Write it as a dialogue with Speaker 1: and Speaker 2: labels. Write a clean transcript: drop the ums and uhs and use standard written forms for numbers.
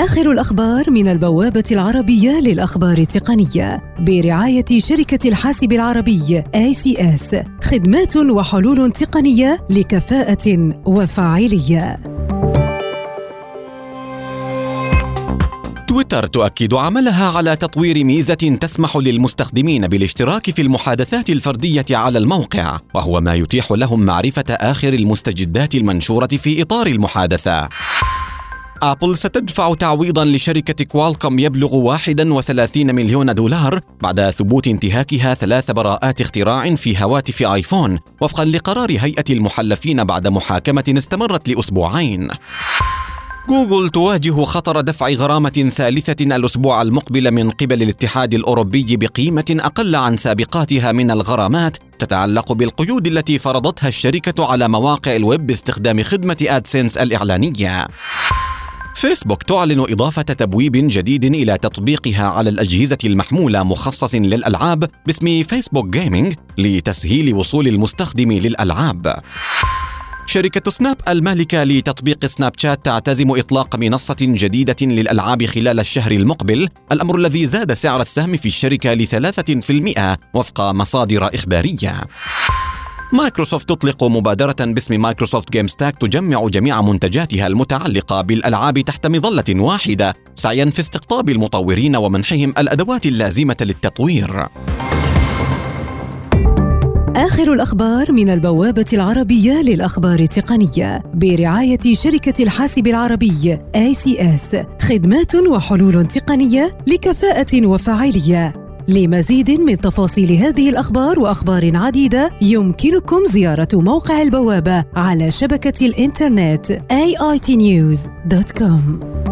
Speaker 1: آخر الأخبار من البوابة العربية للأخبار التقنية برعاية شركة الحاسب العربي ACS، خدمات وحلول تقنية لكفاءة وفاعلية.
Speaker 2: تويتر تؤكد عملها على تطوير ميزة تسمح للمستخدمين بالاشتراك في المحادثات الفردية على الموقع، وهو ما يتيح لهم معرفة آخر المستجدات المنشورة في إطار المحادثة. أبل ستدفع تعويضاً لشركة كوالكوم يبلغ 31 مليون دولار بعد ثبوت انتهاكها 3 براءات اختراع في هواتف آيفون، وفقاً لقرار هيئة المحلفين بعد محاكمة استمرت لأسبوعين. جوجل تواجه خطر دفع غرامة ثالثة الأسبوع المقبل من قبل الاتحاد الأوروبي بقيمة أقل عن سابقاتها من الغرامات، تتعلق بالقيود التي فرضتها الشركة على مواقع الويب باستخدام خدمة أدسنس الإعلانية. فيسبوك تعلن إضافة تبويب جديد إلى تطبيقها على الأجهزة المحمولة مخصص للألعاب باسم فيسبوك جيمينج لتسهيل وصول المستخدم للألعاب. شركة سناب المالكة لتطبيق سناب شات تعتزم إطلاق منصة جديدة للألعاب خلال الشهر المقبل، الأمر الذي زاد سعر السهم في الشركة ل3% وفق مصادر إخبارية. مايكروسوفت تطلق مبادرة باسم مايكروسوفت جيم ستاك تجمع جميع منتجاتها المتعلقة بالألعاب تحت مظلة واحدة، سعياً في استقطاب المطورين ومنحهم الأدوات اللازمة للتطوير.
Speaker 1: آخر الأخبار من البوابة العربية للأخبار التقنية برعاية شركة الحاسب العربي ACS، خدمات وحلول تقنية لكفاءة وفاعلية. لمزيد من تفاصيل هذه الأخبار وأخبار عديدة يمكنكم زيارة موقع البوابة على شبكة الإنترنت aitnews.com.